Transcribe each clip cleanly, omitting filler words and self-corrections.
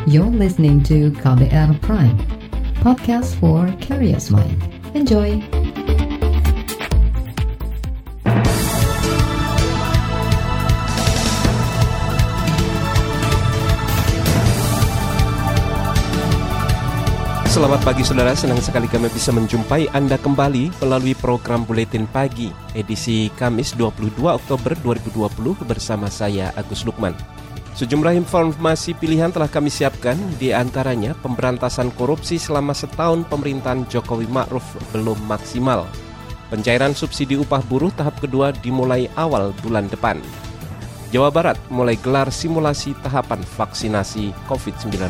You're listening to KBR Prime, podcast for curious mind. Enjoy! Selamat pagi saudara, senang sekali kami bisa menjumpai Anda kembali melalui program Buletin Pagi, edisi Kamis 22 Oktober 2020 bersama saya Agus Lukman. Sejumlah informasi pilihan telah kami siapkan, di antaranya pemberantasan korupsi selama setahun pemerintahan Jokowi Ma'ruf belum maksimal. Pencairan subsidi upah buruh tahap kedua dimulai awal bulan depan. Jawa Barat mulai gelar simulasi tahapan vaksinasi COVID-19.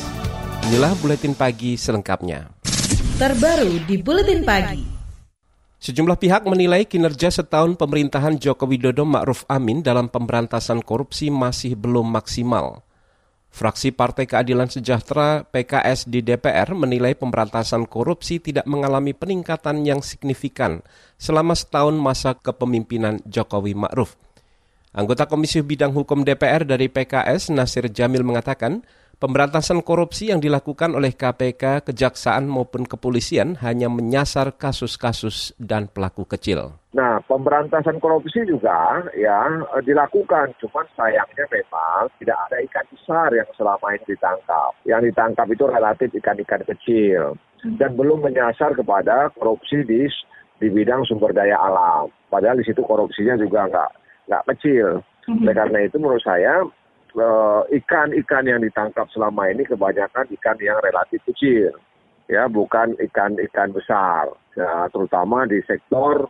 Inilah Buletin Pagi selengkapnya. Terbaru di Buletin Pagi. Sejumlah pihak menilai kinerja setahun pemerintahan Joko Widodo Ma'ruf Amin dalam pemberantasan korupsi masih belum maksimal. Fraksi Partai Keadilan Sejahtera PKS di DPR menilai pemberantasan korupsi tidak mengalami peningkatan yang signifikan selama setahun masa kepemimpinan Jokowi Ma'ruf. Anggota Komisi Bidang Hukum DPR dari PKS, Nasir Jamil, mengatakan pemberantasan korupsi yang dilakukan oleh KPK, Kejaksaan maupun kepolisian hanya menyasar kasus-kasus dan pelaku kecil. Nah, pemberantasan korupsi juga dilakukan, cuman sayangnya memang tidak ada ikan besar yang selama ini ditangkap. Yang ditangkap itu relatif ikan-ikan kecil dan belum menyasar kepada korupsi di bidang sumber daya alam. Padahal di situ korupsinya juga nggak kecil. Oleh karena itu menurut saya ikan-ikan yang ditangkap selama ini kebanyakan ikan yang relatif kecil, ya, bukan ikan-ikan besar, ya, terutama di sektor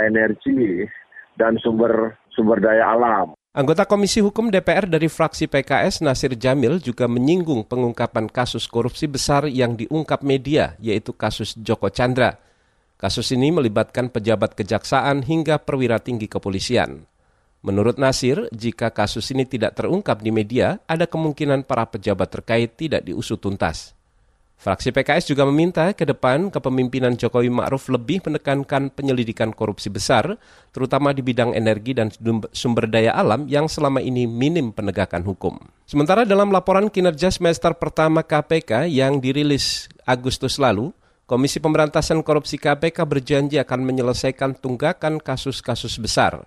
energi dan sumber daya alam. Anggota Komisi Hukum DPR dari fraksi PKS, Nasir Jamil, juga menyinggung pengungkapan kasus korupsi besar yang diungkap media, yaitu kasus Joko Chandra. Kasus ini melibatkan pejabat kejaksaan hingga perwira tinggi kepolisian. Menurut Nasir, jika kasus ini tidak terungkap di media, ada kemungkinan para pejabat terkait tidak diusut tuntas. Fraksi PKS juga meminta ke depan kepemimpinan Jokowi Ma'ruf lebih menekankan penyelidikan korupsi besar, terutama di bidang energi dan sumber daya alam yang selama ini minim penegakan hukum. Sementara dalam laporan kinerja semester pertama KPK yang dirilis Agustus lalu, Komisi Pemberantasan Korupsi KPK berjanji akan menyelesaikan tunggakan kasus-kasus besar.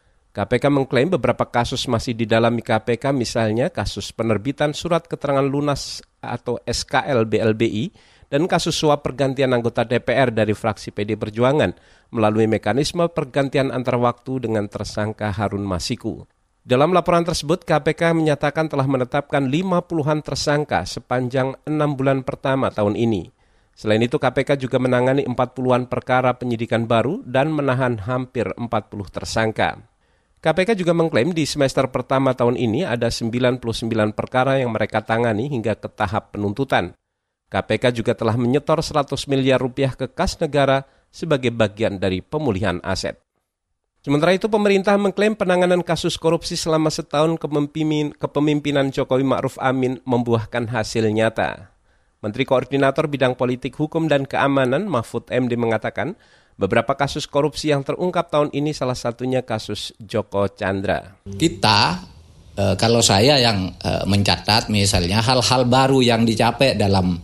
KPK mengklaim beberapa kasus masih didalami KPK, misalnya kasus penerbitan surat keterangan lunas atau SKL BLBI dan kasus suap pergantian anggota DPR dari fraksi PD Perjuangan melalui mekanisme pergantian antar waktu dengan tersangka Harun Masiku. Dalam laporan tersebut, KPK menyatakan telah menetapkan 50-an tersangka sepanjang 6 bulan pertama tahun ini. Selain itu, KPK juga menangani 40-an perkara penyidikan baru dan menahan hampir 40 tersangka. KPK juga mengklaim di semester pertama tahun ini ada 99 perkara yang mereka tangani hingga ke tahap penuntutan. KPK juga telah menyetor 100 miliar rupiah ke kas negara sebagai bagian dari pemulihan aset. Sementara itu, pemerintah mengklaim penanganan kasus korupsi selama setahun kepemimpinan Jokowi Ma'ruf Amin membuahkan hasil nyata. Menteri Koordinator Bidang Politik, Hukum, dan Keamanan Mahfud MD mengatakan, beberapa kasus korupsi yang terungkap tahun ini salah satunya kasus Joko Chandra. Kita, kalau saya yang mencatat misalnya hal-hal baru yang dicapai dalam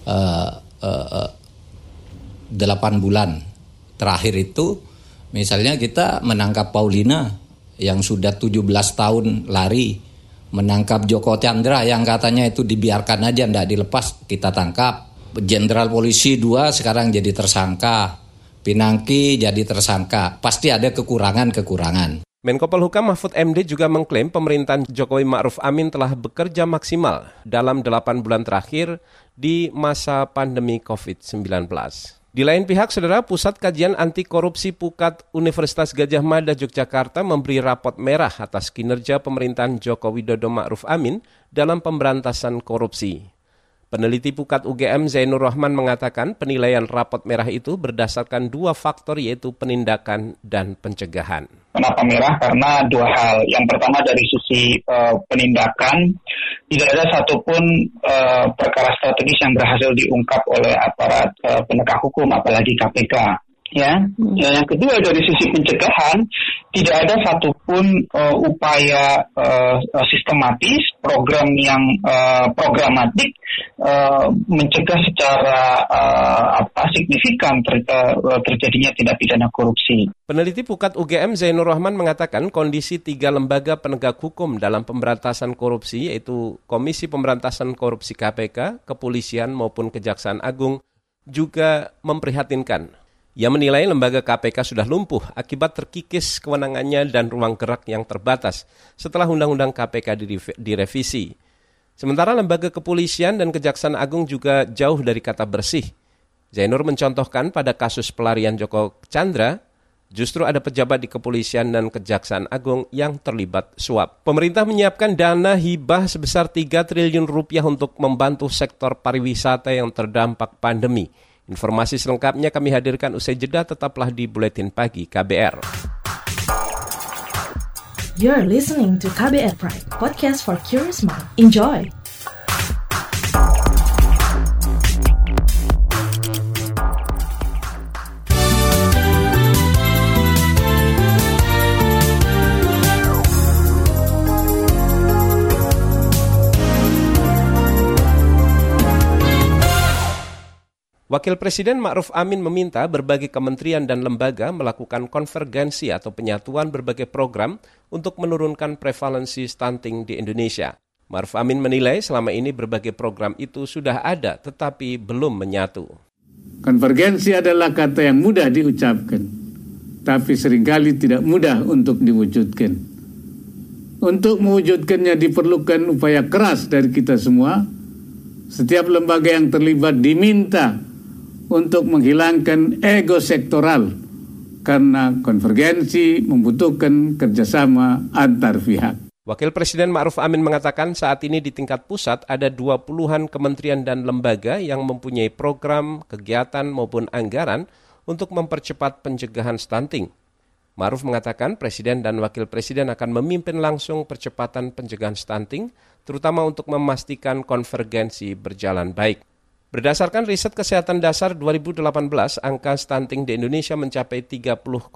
8 bulan terakhir itu, misalnya kita menangkap Paulina yang sudah 17 tahun lari, menangkap Joko Chandra yang katanya itu dibiarkan aja, tidak dilepas, kita tangkap. Jenderal Polisi 2 sekarang jadi tersangka. Pinangki jadi tersangka, pasti ada kekurangan-kekurangan. Menko Polhukam Mahfud MD juga mengklaim pemerintahan Jokowi Ma'ruf Amin telah bekerja maksimal dalam 8 bulan terakhir di masa pandemi COVID-19. Di lain pihak, Saudara, Pusat Kajian Anti Korupsi Pukat Universitas Gadjah Mada Yogyakarta memberi rapot merah atas kinerja pemerintahan Joko Widodo Ma'ruf Amin dalam pemberantasan korupsi. Peneliti Pukat UGM Zainur Rahman mengatakan penilaian rapot merah itu berdasarkan 2 faktor, yaitu penindakan dan pencegahan. Kenapa merah? Karena 2 hal. Yang pertama dari sisi penindakan, tidak ada satupun perkara strategis yang berhasil diungkap oleh aparat penegak hukum, apalagi KPK. Yang kedua, dari sisi pencegahan, tidak ada satupun upaya sistematis, program yang programatik mencegah secara signifikan terjadinya tindak pidana korupsi. Peneliti Pukat UGM Zainur Rahman mengatakan kondisi 3 lembaga penegak hukum dalam pemberantasan korupsi, yaitu Komisi Pemberantasan Korupsi KPK, Kepolisian maupun Kejaksaan Agung, juga memprihatinkan. Ia menilai lembaga KPK sudah lumpuh akibat terkikis kewenangannya dan ruang gerak yang terbatas setelah Undang-Undang KPK direvisi. Sementara lembaga kepolisian dan Kejaksaan Agung juga jauh dari kata bersih. Zainur mencontohkan pada kasus pelarian Joko Chandra, justru ada pejabat di kepolisian dan Kejaksaan Agung yang terlibat suap. Pemerintah menyiapkan dana hibah sebesar 3 triliun rupiah untuk membantu sektor pariwisata yang terdampak pandemi. Informasi selengkapnya kami hadirkan usai jeda, tetaplah di Buletin Pagi KBR. You're listening to KBR Pride, podcast for curious mind. Enjoy! Wakil Presiden Ma'ruf Amin meminta berbagai kementerian dan lembaga melakukan konvergensi atau penyatuan berbagai program untuk menurunkan prevalensi stunting di Indonesia. Ma'ruf Amin menilai selama ini berbagai program itu sudah ada tetapi belum menyatu. Konvergensi adalah kata yang mudah diucapkan, tapi seringkali tidak mudah untuk diwujudkan. Untuk mewujudkannya diperlukan upaya keras dari kita semua. Setiap lembaga yang terlibat diminta untuk menghilangkan ego sektoral, karena konvergensi membutuhkan kerjasama antar pihak. Wakil Presiden Ma'ruf Amin mengatakan saat ini di tingkat pusat ada 20-an kementerian dan lembaga yang mempunyai program, kegiatan maupun anggaran untuk mempercepat pencegahan stunting. Ma'ruf mengatakan Presiden dan Wakil Presiden akan memimpin langsung percepatan pencegahan stunting, terutama untuk memastikan konvergensi berjalan baik. Berdasarkan riset kesehatan dasar 2018, angka stunting di Indonesia mencapai 30,8%,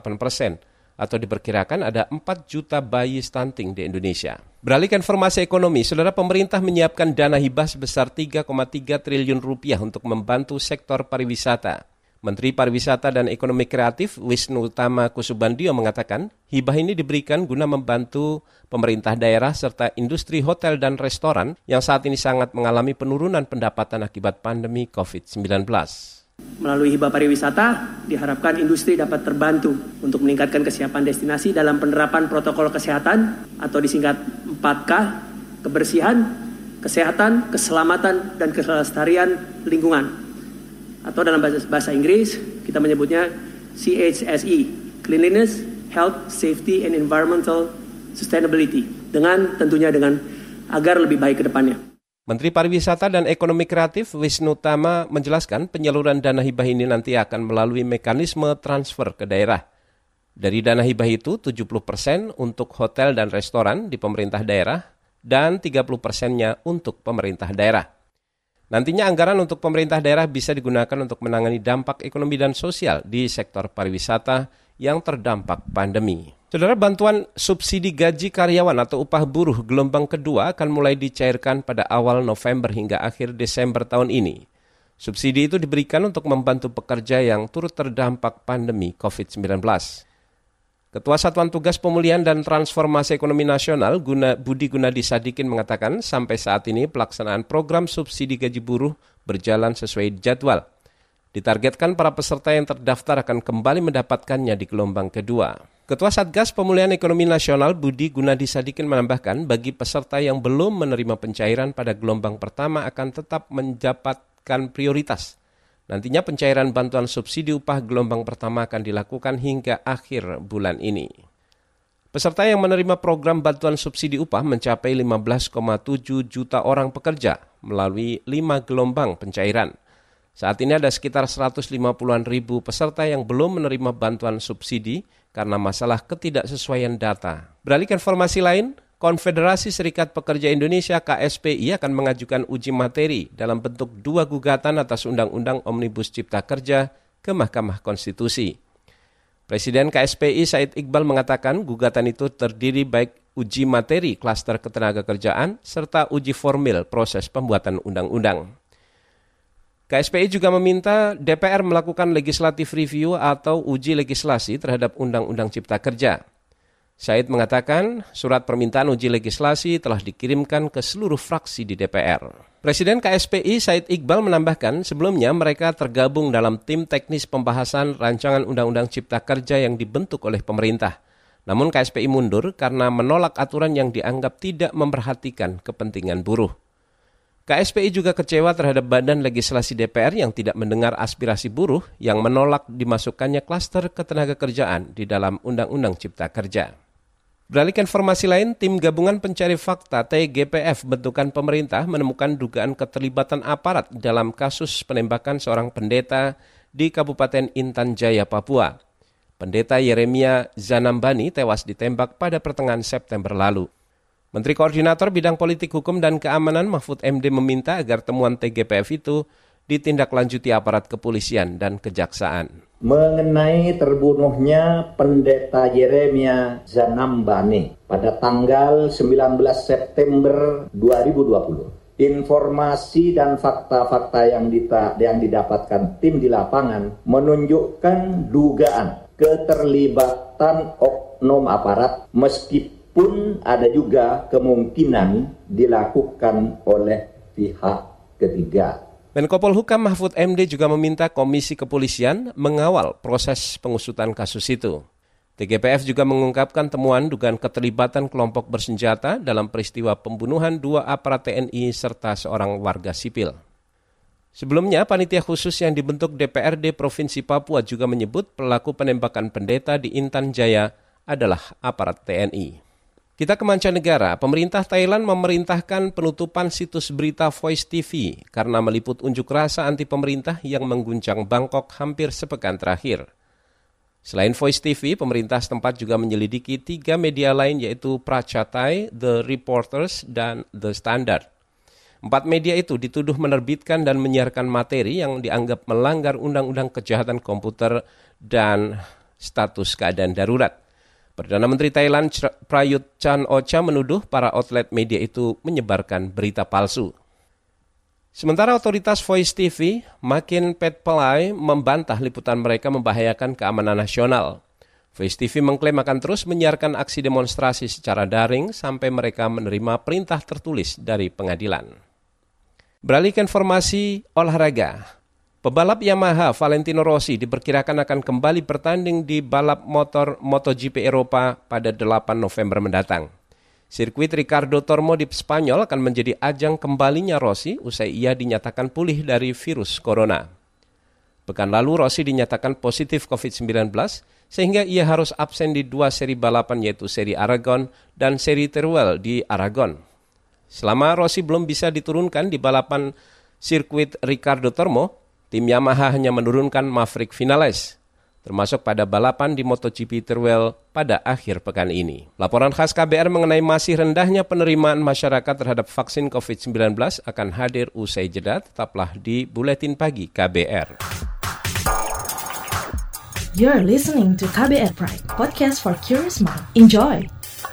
atau diperkirakan ada 4 juta bayi stunting di Indonesia. Beralih ke informasi ekonomi, saudara, pemerintah menyiapkan dana hibah sebesar 3,3 triliun rupiah untuk membantu sektor pariwisata. Menteri Pariwisata dan Ekonomi Kreatif Wisnu Tama Kusubandio mengatakan hibah ini diberikan guna membantu pemerintah daerah serta industri hotel dan restoran yang saat ini sangat mengalami penurunan pendapatan akibat pandemi COVID-19. Melalui hibah pariwisata, diharapkan industri dapat terbantu untuk meningkatkan kesiapan destinasi dalam penerapan protokol kesehatan atau disingkat 4K, kebersihan, kesehatan, keselamatan, dan kelestarian lingkungan. Atau dalam bahasa Inggris kita menyebutnya CHSE, Cleanliness, Health, Safety, and Environmental Sustainability, tentunya dengan agar lebih baik ke depannya. Menteri Pariwisata dan Ekonomi Kreatif Wisnu Tama menjelaskan penyaluran dana hibah ini nanti akan melalui mekanisme transfer ke daerah. Dari dana hibah itu 70% untuk hotel dan restoran di pemerintah daerah dan 30%-nya untuk pemerintah daerah. Nantinya anggaran untuk pemerintah daerah bisa digunakan untuk menangani dampak ekonomi dan sosial di sektor pariwisata yang terdampak pandemi. Saudara, bantuan subsidi gaji karyawan atau upah buruh gelombang kedua akan mulai dicairkan pada awal November hingga akhir Desember tahun ini. Subsidi itu diberikan untuk membantu pekerja yang turut terdampak pandemi COVID-19. Ketua Satuan Tugas Pemulihan dan Transformasi Ekonomi Nasional Budi Gunadi Sadikin mengatakan sampai saat ini pelaksanaan program subsidi gaji buruh berjalan sesuai jadwal. Ditargetkan para peserta yang terdaftar akan kembali mendapatkannya di gelombang kedua. Ketua Satgas Pemulihan Ekonomi Nasional Budi Gunadi Sadikin menambahkan bagi peserta yang belum menerima pencairan pada gelombang pertama akan tetap mendapatkan prioritas. Nantinya pencairan bantuan subsidi upah gelombang pertama akan dilakukan hingga akhir bulan ini. Peserta yang menerima program bantuan subsidi upah mencapai 15,7 juta orang pekerja melalui 5 gelombang pencairan. Saat ini ada sekitar 150-an ribu peserta yang belum menerima bantuan subsidi karena masalah ketidaksesuaian data. Beralih ke informasi lain, Konfederasi Serikat Pekerja Indonesia KSPI akan mengajukan uji materi dalam bentuk 2 gugatan atas Undang-Undang Omnibus Cipta Kerja ke Mahkamah Konstitusi. Presiden KSPI Said Iqbal mengatakan gugatan itu terdiri baik uji materi klaster ketenagakerjaan serta uji formil proses pembuatan undang-undang. KSPI juga meminta DPR melakukan legislative review atau uji legislasi terhadap Undang-Undang Cipta Kerja. Said mengatakan surat permintaan uji legislasi telah dikirimkan ke seluruh fraksi di DPR. Presiden KSPI Said Iqbal menambahkan sebelumnya mereka tergabung dalam tim teknis pembahasan rancangan Undang-Undang Cipta Kerja yang dibentuk oleh pemerintah. Namun KSPI mundur karena menolak aturan yang dianggap tidak memperhatikan kepentingan buruh. KSPI juga kecewa terhadap Badan Legislasi DPR yang tidak mendengar aspirasi buruh yang menolak dimasukkannya klaster ketenagakerjaan di dalam Undang-Undang Cipta Kerja. Beralih ke informasi lain, tim gabungan pencari fakta TGPF bentukan pemerintah menemukan dugaan keterlibatan aparat dalam kasus penembakan seorang pendeta di Kabupaten Intan Jaya, Papua. Pendeta Yeremia Zanambani tewas ditembak pada pertengahan September lalu. Menteri Koordinator Bidang Politik Hukum dan Keamanan Mahfud MD meminta agar temuan TGPF itu ditindaklanjuti aparat kepolisian dan kejaksaan. Mengenai terbunuhnya Pendeta Yeremia Zanambani pada tanggal 19 September 2020. Informasi dan fakta-fakta yang didapatkan tim di lapangan menunjukkan dugaan keterlibatan oknum aparat meskipun ada juga kemungkinan dilakukan oleh pihak ketiga. Menko Polhukam Mahfud MD juga meminta Komisi Kepolisian mengawal proses pengusutan kasus itu. TGPF juga mengungkapkan temuan dugaan keterlibatan kelompok bersenjata dalam peristiwa pembunuhan 2 aparat TNI serta seorang warga sipil. Sebelumnya, panitia khusus yang dibentuk DPRD Provinsi Papua juga menyebut pelaku penembakan pendeta di Intan Jaya adalah aparat TNI. Kita ke mancanegara, pemerintah Thailand memerintahkan penutupan situs berita Voice TV karena meliput unjuk rasa anti pemerintah yang mengguncang Bangkok hampir sepekan terakhir. Selain Voice TV, pemerintah setempat juga menyelidiki 3 media lain yaitu Prachatai, The Reporters, dan The Standard. 4 media itu dituduh menerbitkan dan menyiarkan materi yang dianggap melanggar Undang-Undang Kejahatan Komputer dan status keadaan darurat. Perdana Menteri Thailand Prayut Chan-o-cha menuduh para outlet media itu menyebarkan berita palsu. Sementara otoritas Voice TV, Makin Petpalai membantah liputan mereka membahayakan keamanan nasional. Voice TV mengklaim akan terus menyiarkan aksi demonstrasi secara daring sampai mereka menerima perintah tertulis dari pengadilan. Beralih ke informasi olahraga. Pebalap Yamaha Valentino Rossi diperkirakan akan kembali bertanding di balap motor MotoGP Eropa pada 8 November mendatang. Sirkuit Ricardo Tormo di Spanyol akan menjadi ajang kembalinya Rossi usai ia dinyatakan pulih dari virus corona. Pekan lalu Rossi dinyatakan positif COVID-19 sehingga ia harus absen di 2 seri balapan yaitu seri Aragon dan seri Teruel di Aragon. Selama Rossi belum bisa diturunkan di balapan sirkuit Ricardo Tormo, tim Yamaha hanya menurunkan Maverick Vinales, termasuk pada balapan di MotoGP Teruel pada akhir pekan ini. Laporan khas KBR mengenai masih rendahnya penerimaan masyarakat terhadap vaksin COVID-19 akan hadir usai jeda. Tetaplah di Buletin Pagi KBR. You're listening to KBR Pride, podcast for curious mind. Enjoy!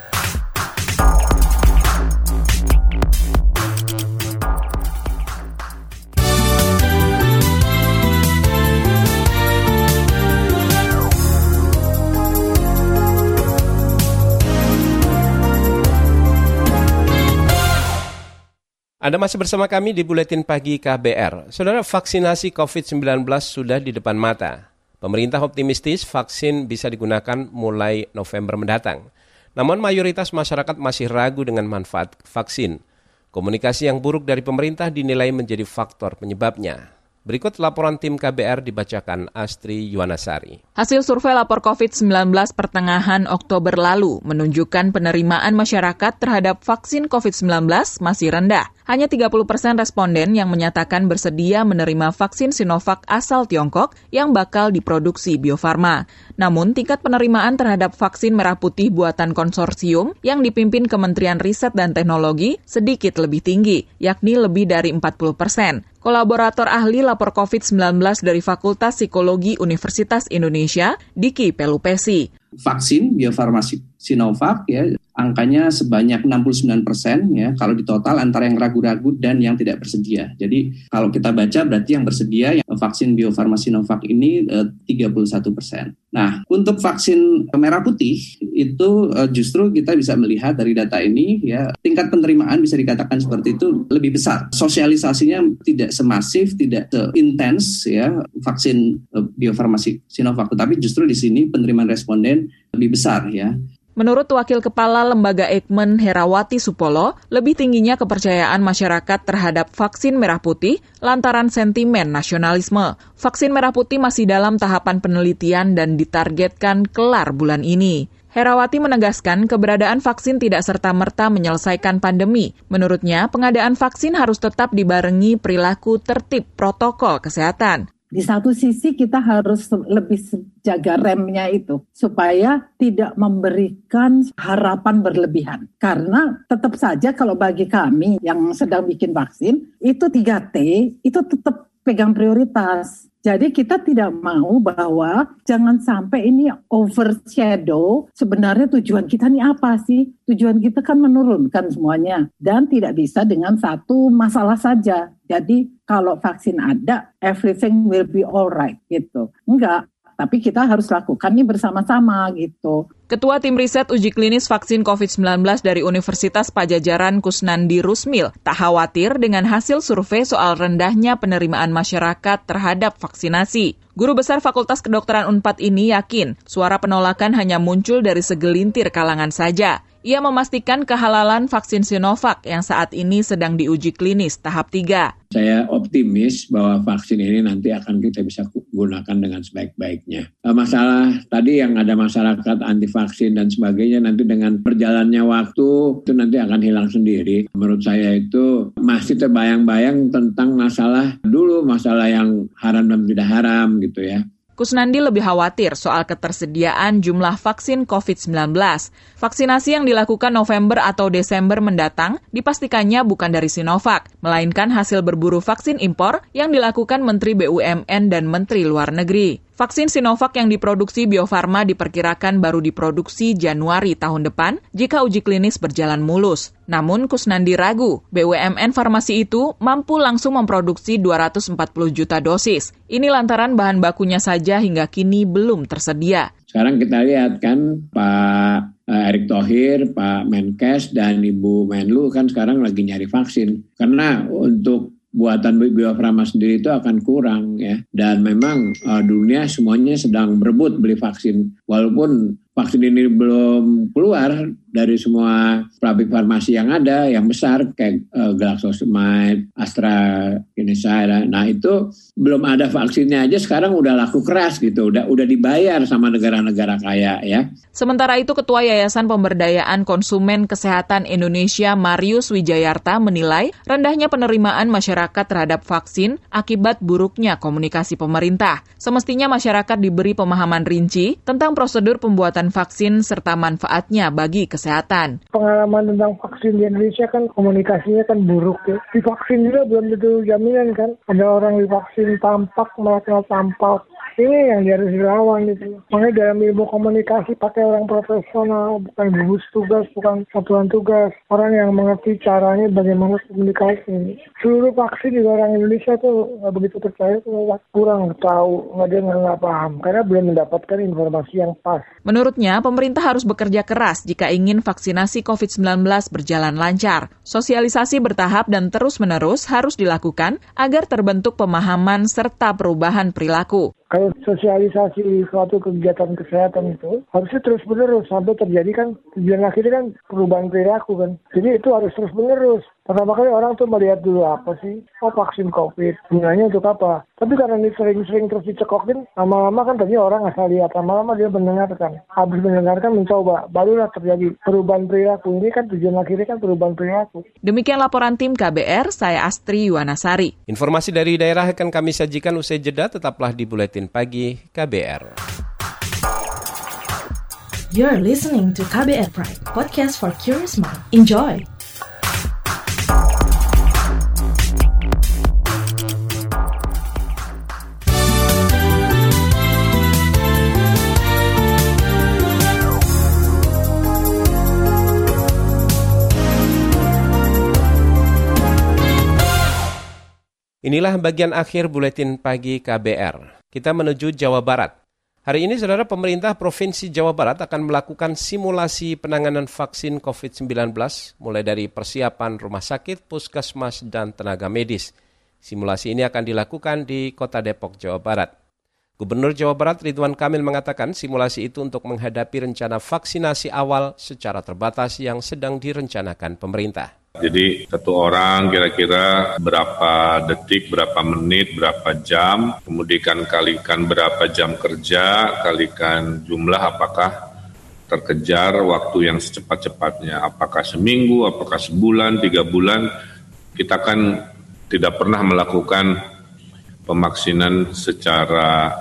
Anda masih bersama kami di Buletin Pagi KBR. Saudara, vaksinasi COVID-19 sudah di depan mata. Pemerintah optimistis vaksin bisa digunakan mulai November mendatang. Namun mayoritas masyarakat masih ragu dengan manfaat vaksin. Komunikasi yang buruk dari pemerintah dinilai menjadi faktor penyebabnya. Berikut laporan tim KBR dibacakan Astri Yuwanasari. Hasil survei lapor COVID-19 pertengahan Oktober lalu menunjukkan penerimaan masyarakat terhadap vaksin COVID-19 masih rendah. hanya 30% responden yang menyatakan bersedia menerima vaksin Sinovac asal Tiongkok yang bakal diproduksi Bio Farma. Namun, tingkat penerimaan terhadap vaksin merah putih buatan konsorsium yang dipimpin Kementerian Riset dan Teknologi sedikit lebih tinggi, yakni lebih dari 40%. Kolaborator ahli lapor COVID-19 dari Fakultas Psikologi Universitas Indonesia, Diki Pelupesi. Vaksin Bio Farma Sinovac ya angkanya sebanyak 69% ya kalau di total antara yang ragu-ragu dan yang tidak bersedia. Jadi kalau kita baca berarti yang bersedia yang vaksin Bio Farma Sinovac ini 31%. Nah, untuk vaksin merah putih itu justru kita bisa melihat dari data ini ya tingkat penerimaan bisa dikatakan seperti itu lebih besar. Sosialisasinya tidak semasif, tidak seintens ya vaksin Bio Farma Sinovac, tetapi justru di sini penerimaan responden lebih besar ya. Menurut Wakil Kepala Lembaga Eijkman Herawati Supolo, lebih tingginya kepercayaan masyarakat terhadap vaksin merah putih lantaran sentimen nasionalisme. Vaksin merah putih masih dalam tahapan penelitian dan ditargetkan kelar bulan ini. Herawati menegaskan keberadaan vaksin tidak serta-merta menyelesaikan pandemi. Menurutnya, pengadaan vaksin harus tetap dibarengi perilaku tertib protokol kesehatan. Di satu sisi kita harus lebih jaga remnya itu supaya tidak memberikan harapan berlebihan. Karena tetap saja kalau bagi kami yang sedang bikin vaksin, itu 3T itu tetap pegang prioritas. Jadi kita tidak mau bahwa jangan sampai ini overshadow sebenarnya tujuan kita ini apa sih? Tujuan kita kan menurunkan semuanya dan tidak bisa dengan satu masalah saja. Jadi kalau vaksin ada, everything will be alright gitu. Enggak, tapi kita harus lakukan ini bersama-sama gitu. Ketua Tim Riset Uji Klinis Vaksin COVID-19 dari Universitas Padjadjaran Kusnandi Rusmil tak khawatir dengan hasil survei soal rendahnya penerimaan masyarakat terhadap vaksinasi. Guru Besar Fakultas Kedokteran Unpad ini yakin suara penolakan hanya muncul dari segelintir kalangan saja. Ia memastikan kehalalan vaksin Sinovac yang saat ini sedang diuji klinis tahap 3. Saya optimis bahwa vaksin ini nanti akan kita bisa gunakan dengan sebaik-baiknya. Masalah tadi yang ada masyarakat anti vaksin dan sebagainya nanti dengan berjalannya waktu itu nanti akan hilang sendiri. Menurut saya itu masih terbayang-bayang tentang masalah yang haram dan tidak haram gitu ya. Kusnandi lebih khawatir soal ketersediaan jumlah vaksin COVID-19. Vaksinasi yang dilakukan November atau Desember mendatang dipastikannya bukan dari Sinovac, melainkan hasil berburu vaksin impor yang dilakukan Menteri BUMN dan Menteri Luar Negeri. Vaksin Sinovac yang diproduksi Bio Farma diperkirakan baru diproduksi Januari tahun depan jika uji klinis berjalan mulus. Namun Kusnandi ragu, BUMN farmasi itu mampu langsung memproduksi 240 juta dosis. Ini lantaran bahan bakunya saja hingga kini belum tersedia. Sekarang kita lihat kan Pak Erick Thohir, Pak Menkes, dan Ibu Menlu kan sekarang lagi nyari vaksin. Karena untuk buatan Bio Farma sendiri itu akan kurang ya. Dan memang dunia semuanya sedang berebut beli vaksin. Walaupun vaksin ini belum keluar dari semua pabrik farmasi yang ada, yang besar kayak GlaxoSmithKline, AstraZeneca. Nah itu belum ada vaksinnya aja sekarang udah laku keras gitu, udah dibayar sama negara-negara kaya ya. Sementara itu Ketua Yayasan Pemberdayaan Konsumen Kesehatan Indonesia Marius Wijayarta menilai rendahnya penerimaan masyarakat terhadap vaksin akibat buruknya komunikasi pemerintah. Semestinya masyarakat diberi pemahaman rinci tentang prosedur pembuatan vaksin serta manfaatnya bagi kesehatan. Pengalaman tentang vaksin di Indonesia kan komunikasinya kan buruk ya. Divaksin juga belum tentu jaminan kan. Ada orang divaksin tampak malah kena tampak. Ini yang harus dilawan gitu. Makanya dalam ilmu komunikasi pakai orang profesional, bukan gugus tugas, bukan satuan tugas. Orang yang mengerti caranya bagaimana komunikasi. Seluruh vaksin juga orang Indonesia tuh nggak begitu percaya, tuh kurang tahu, nggak paham karena belum mendapatkan informasi yang pas. Menurutnya, pemerintah harus bekerja keras jika ingin vaksinasi COVID-19 berjalan lancar. Sosialisasi bertahap dan terus-menerus harus dilakukan agar terbentuk pemahaman serta perubahan perilaku. Kalau sosialisasi suatu kegiatan kesehatan itu harusnya terus-menerus sampai terjadi kan tujuan akhirnya kan perubahan perilaku kan. Jadi itu harus terus-menerus. Pertama kali orang tuh melihat dulu apa sih? Oh, vaksin COVID. Gunanya untuk apa? Tapi karena ini sering-sering terus dicekokin, lama-lama kan tadinya orang asal lihat, lama-lama dia mendengarkan. Habis mendengarkan mencoba, barulah terjadi perubahan perilaku. Ini kan tujuan akhirnya kan perubahan perilaku. Demikian laporan tim KBR, saya Astri Yuwanasari. Informasi dari daerah akan kami sajikan usai jeda, tetaplah di Buletin Pagi KBR. You're listening to KBR Prime, podcast for curious mind. Enjoy! Inilah bagian akhir Buletin Pagi KBR. Kita menuju Jawa Barat. Hari ini, Saudara, pemerintah Provinsi Jawa Barat akan melakukan simulasi penanganan vaksin COVID-19, mulai dari persiapan rumah sakit, puskesmas, dan tenaga medis. Simulasi ini akan dilakukan di Kota Depok, Jawa Barat. Gubernur Jawa Barat Ridwan Kamil mengatakan simulasi itu untuk menghadapi rencana vaksinasi awal secara terbatas yang sedang direncanakan pemerintah. Jadi satu orang kira-kira berapa detik, berapa menit, berapa jam, kemudian kalikan berapa jam kerja, kalikan jumlah apakah terkejar waktu yang secepat-cepatnya. Apakah seminggu, apakah sebulan, 3 bulan. Kita kan tidak pernah melakukan pemaksinan secara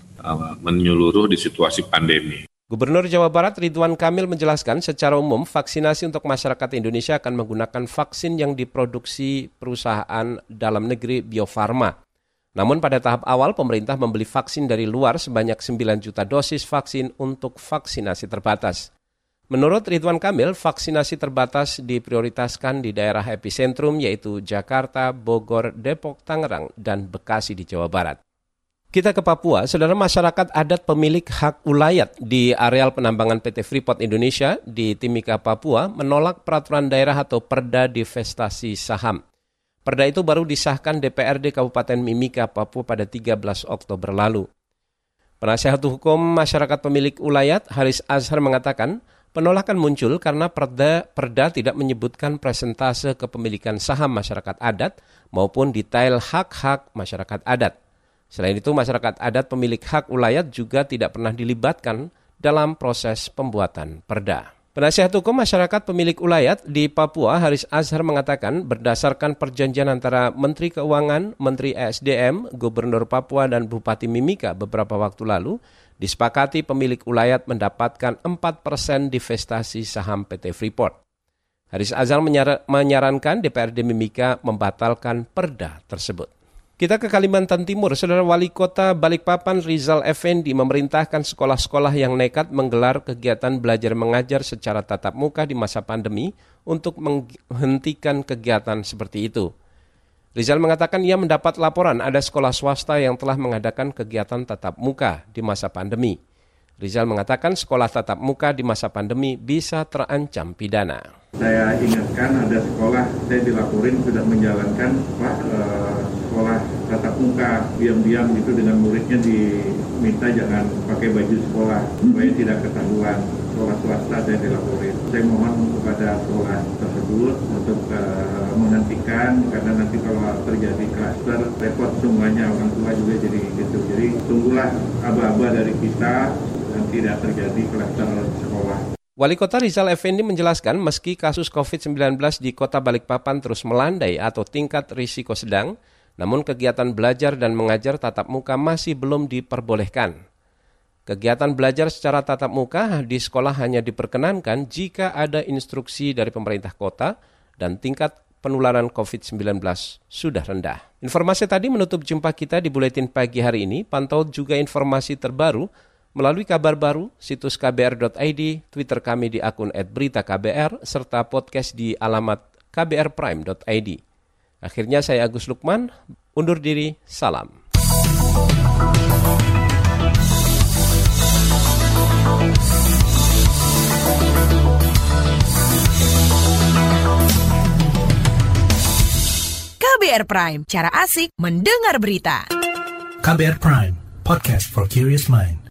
menyeluruh di situasi pandemi. Gubernur Jawa Barat Ridwan Kamil menjelaskan secara umum vaksinasi untuk masyarakat Indonesia akan menggunakan vaksin yang diproduksi perusahaan dalam negeri Bio Farma. Namun pada tahap awal pemerintah membeli vaksin dari luar sebanyak 9 juta dosis vaksin untuk vaksinasi terbatas. Menurut Ridwan Kamil, vaksinasi terbatas diprioritaskan di daerah epicentrum yaitu Jakarta, Bogor, Depok, Tangerang, dan Bekasi di Jawa Barat. Kita ke Papua, Saudara, masyarakat adat pemilik hak ulayat di areal penambangan PT Freeport Indonesia di Timika, Papua menolak peraturan daerah atau perda divestasi saham. Perda itu baru disahkan DPRD Kabupaten Mimika, Papua pada 13 Oktober lalu. Penasihat hukum masyarakat pemilik ulayat, Haris Azhar, mengatakan penolakan muncul karena perda tidak menyebutkan presentase kepemilikan saham masyarakat adat maupun detail hak-hak masyarakat adat. Selain itu, masyarakat adat pemilik hak ulayat juga tidak pernah dilibatkan dalam proses pembuatan perda. Penasihat hukum masyarakat pemilik ulayat di Papua, Haris Azhar, mengatakan berdasarkan perjanjian antara Menteri Keuangan, Menteri ESDM, Gubernur Papua, dan Bupati Mimika beberapa waktu lalu, disepakati pemilik ulayat mendapatkan 4% divestasi saham PT Freeport. Haris Azhar menyarankan DPRD Mimika membatalkan perda tersebut. Kita ke Kalimantan Timur, Saudara. Wali Kota Balikpapan Rizal Effendi memerintahkan sekolah-sekolah yang nekat menggelar kegiatan belajar mengajar secara tatap muka di masa pandemi untuk menghentikan kegiatan seperti itu. Rizal mengatakan ia mendapat laporan ada sekolah swasta yang telah mengadakan kegiatan tatap muka di masa pandemi. Rizal mengatakan sekolah tatap muka di masa pandemi bisa terancam pidana. Saya ingatkan ada sekolah, saya dilaporin sudah menjalankan sekolah tatap muka diam-diam gitu dengan muridnya diminta jangan pakai baju sekolah supaya tidak ketahuan. Sekolah swasta saya dilaporin. Saya mohon kepada sekolah tersebut untuk menghentikan karena nanti kalau terjadi klaster repot semuanya, orang tua juga jadi gitu. Jadi tunggulah aba-aba dari kita dan tidak terjadi klaster sekolah. Wali Kota Rizal Effendi menjelaskan meski kasus COVID-19 di Kota Balikpapan terus melandai atau tingkat risiko sedang, namun kegiatan belajar dan mengajar tatap muka masih belum diperbolehkan. Kegiatan belajar secara tatap muka di sekolah hanya diperkenankan jika ada instruksi dari pemerintah kota dan tingkat penularan COVID-19 sudah rendah. Informasi tadi menutup jumpa kita di Buletin Pagi hari ini. Pantau juga informasi terbaru melalui kabar baru, situs kbr.id, Twitter kami di akun @beritaKBR, serta podcast di alamat kbrprime.id. Akhirnya saya Agus Lukman, undur diri, salam. KBR Prime, cara asik mendengar berita. KBR Prime, podcast for curious mind.